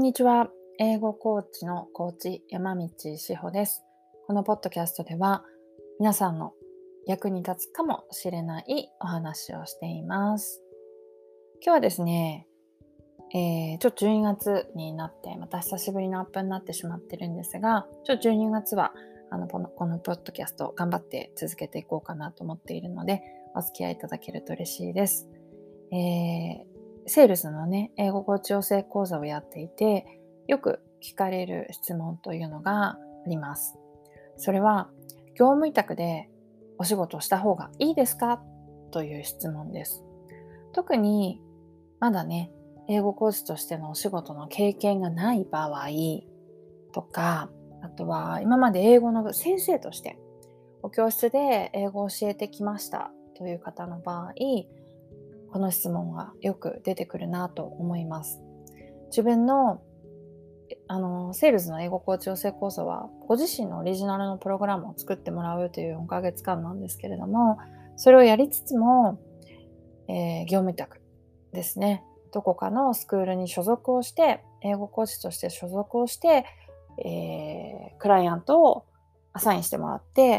にちは。英語コーチのコーチ山道志保です。このポッドキャストでは皆さんの役に立つかもしれないお話をしています。今日はですね、ちょっと12月になってまた久しぶりのアップになってしまってるんですが、12月はこのポッドキャスト頑張って続けていこうかなと思っているので、お付き合いいただけると嬉しいです。セールスのね、英語コーチ養成講座をやっていて、よく聞かれる質問というのがあります。それは、業務委託でお仕事をした方がいいですかという質問です。特に、まだね、英語コーチとしてのお仕事の経験がない場合とか、あとは今まで英語の先生としてお教室で英語を教えてきましたという方の場合、この質問がよく出てくるなと思います。自分のセールスの英語コーチ養成講座はご自身のオリジナルのプログラムを作ってもらうという4ヶ月間なんですけれども、それをやりつつも、業務委託ですね。どこかのスクールに所属をして、英語コーチとして所属をして、クライアントをアサインしてもらって、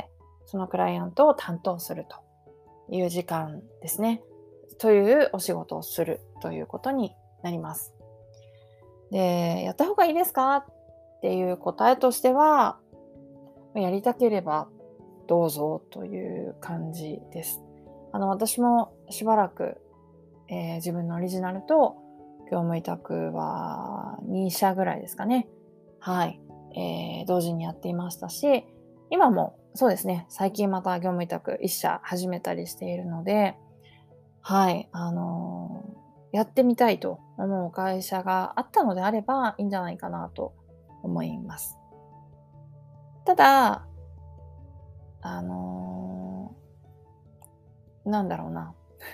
そのクライアントを担当するという時間ですね。というお仕事をするということになります。で、やった方がいいですかっていう答えとしては、やりたければどうぞという感じです。私もしばらく、自分のオリジナルと業務委託は2社ぐらいですかね。はい。同時にやっていましたし、今もそうですね、最近また業務委託1社始めたりしているので、はい、やってみたいと思う会社があったのであればいいんじゃないかなと思います。ただ、あのなんだろうな。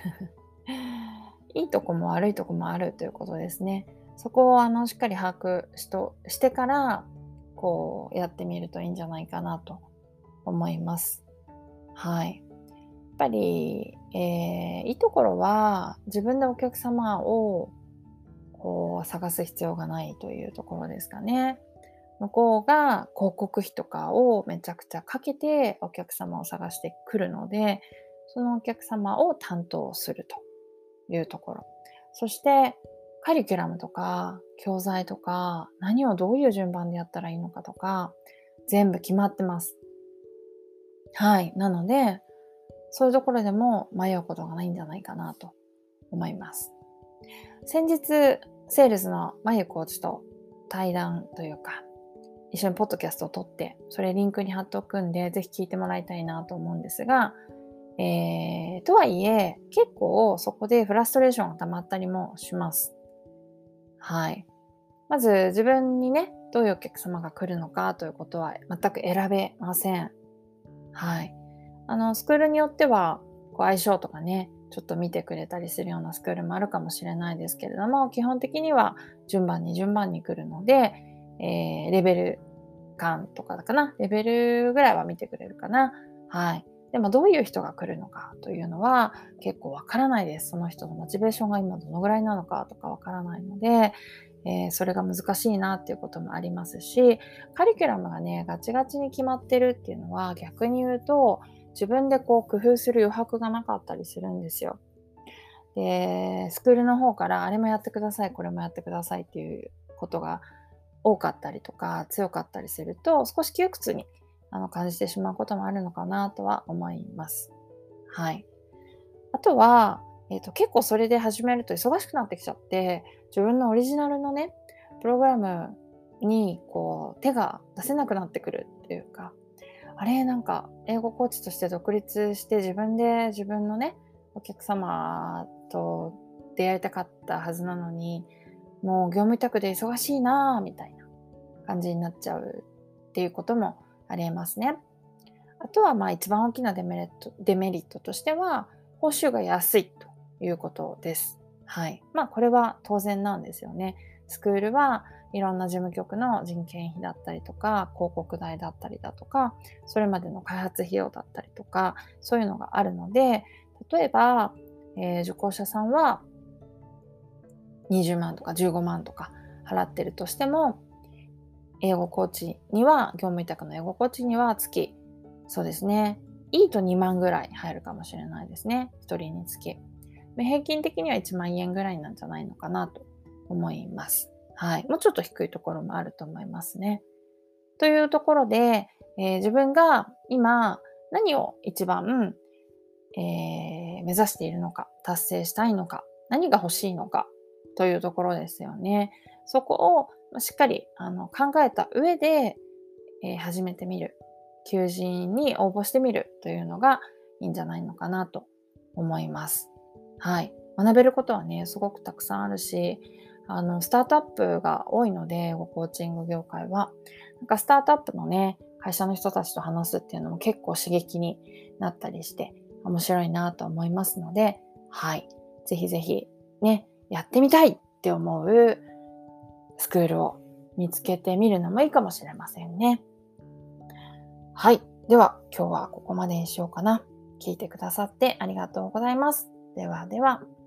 いいとこも悪いとこもあるということですね。そこをしっかり把握してから、こうやってみるといいんじゃないかなと思います。はい。やっぱり、いいところは自分でお客様をこう探す必要がないというところですかね。向こうが広告費とかをめちゃくちゃかけてお客様を探してくるので、そのお客様を担当するというところ。そしてカリキュラムとか教材とか何をどういう順番でやったらいいのかとか全部決まってます。はい。なので、そういうところでも迷うことがないんじゃないかなと思います。先日、セールスのまゆコーチと対談というか、一緒にポッドキャストを撮って、それリンクに貼っておくんで、ぜひ聞いてもらいたいなと思うんですが、とはいえ、結構そこでフラストレーションが溜まったりもします。はい。まず自分にね、どういうお客様が来るのかということは全く選べません。はい。スクールによっては、こう相性とかね、ちょっと見てくれたりするようなスクールもあるかもしれないですけれども、基本的には順番に来るので、レベル感とかかな、レベルぐらいは見てくれるかな。はい。でもどういう人が来るのかというのは結構わからないです。その人のモチベーションが今どのぐらいなのかとかわからないので、それが難しいなっていうこともありますし、カリキュラムがね、ガチガチに決まってるっていうのは逆に言うと、自分でこう工夫する余白がなかったりするんですよ。で、スクールの方からあれもやってください、これもやってくださいっていうことが多かったりとか強かったりすると、少し窮屈に感じてしまうこともあるのかなとは思います。はい。あとは、結構それで始めると忙しくなってきちゃって、自分のオリジナルのね、プログラムにこう手が出せなくなってくるっていうか、あれなんか英語コーチとして独立して自分で自分のね、お客様と出会いたかったはずなのに、もう業務委託で忙しいなぁみたいな感じになっちゃうっていうこともありえますね。あとは一番大きなデメリットとしては、報酬が安いということです。はい。これは当然なんですよね。スクールはいろんな事務局の人件費だったりとか、広告代だったりだとか、それまでの開発費用だったりとか、そういうのがあるので、例えば、受講者さんは20万とか15万とか払ってるとしても、英語コーチには、業務委託の英語コーチには月、そうですね、いいと2万ぐらい入るかもしれないですね。1人につき。平均的には1万円ぐらいなんじゃないのかなと思います。はい。もうちょっと低いところもあると思いますね。というところで、自分が今何を一番、目指しているのか、達成したいのか、何が欲しいのかというところですよね。そこをしっかり考えた上で、始めてみる。求人に応募してみるというのがいいんじゃないのかなと思います。はい。学べることはね、すごくたくさんあるし、スタートアップが多いので、コーチング業界は。なんかスタートアップのね、会社の人たちと話すっていうのも結構刺激になったりして、面白いなと思いますので、はい。ぜひぜひね、やってみたいって思うスクールを見つけてみるのもいいかもしれませんね。はい。では、今日はここまでにしようかな。聞いてくださってありがとうございます。ではでは。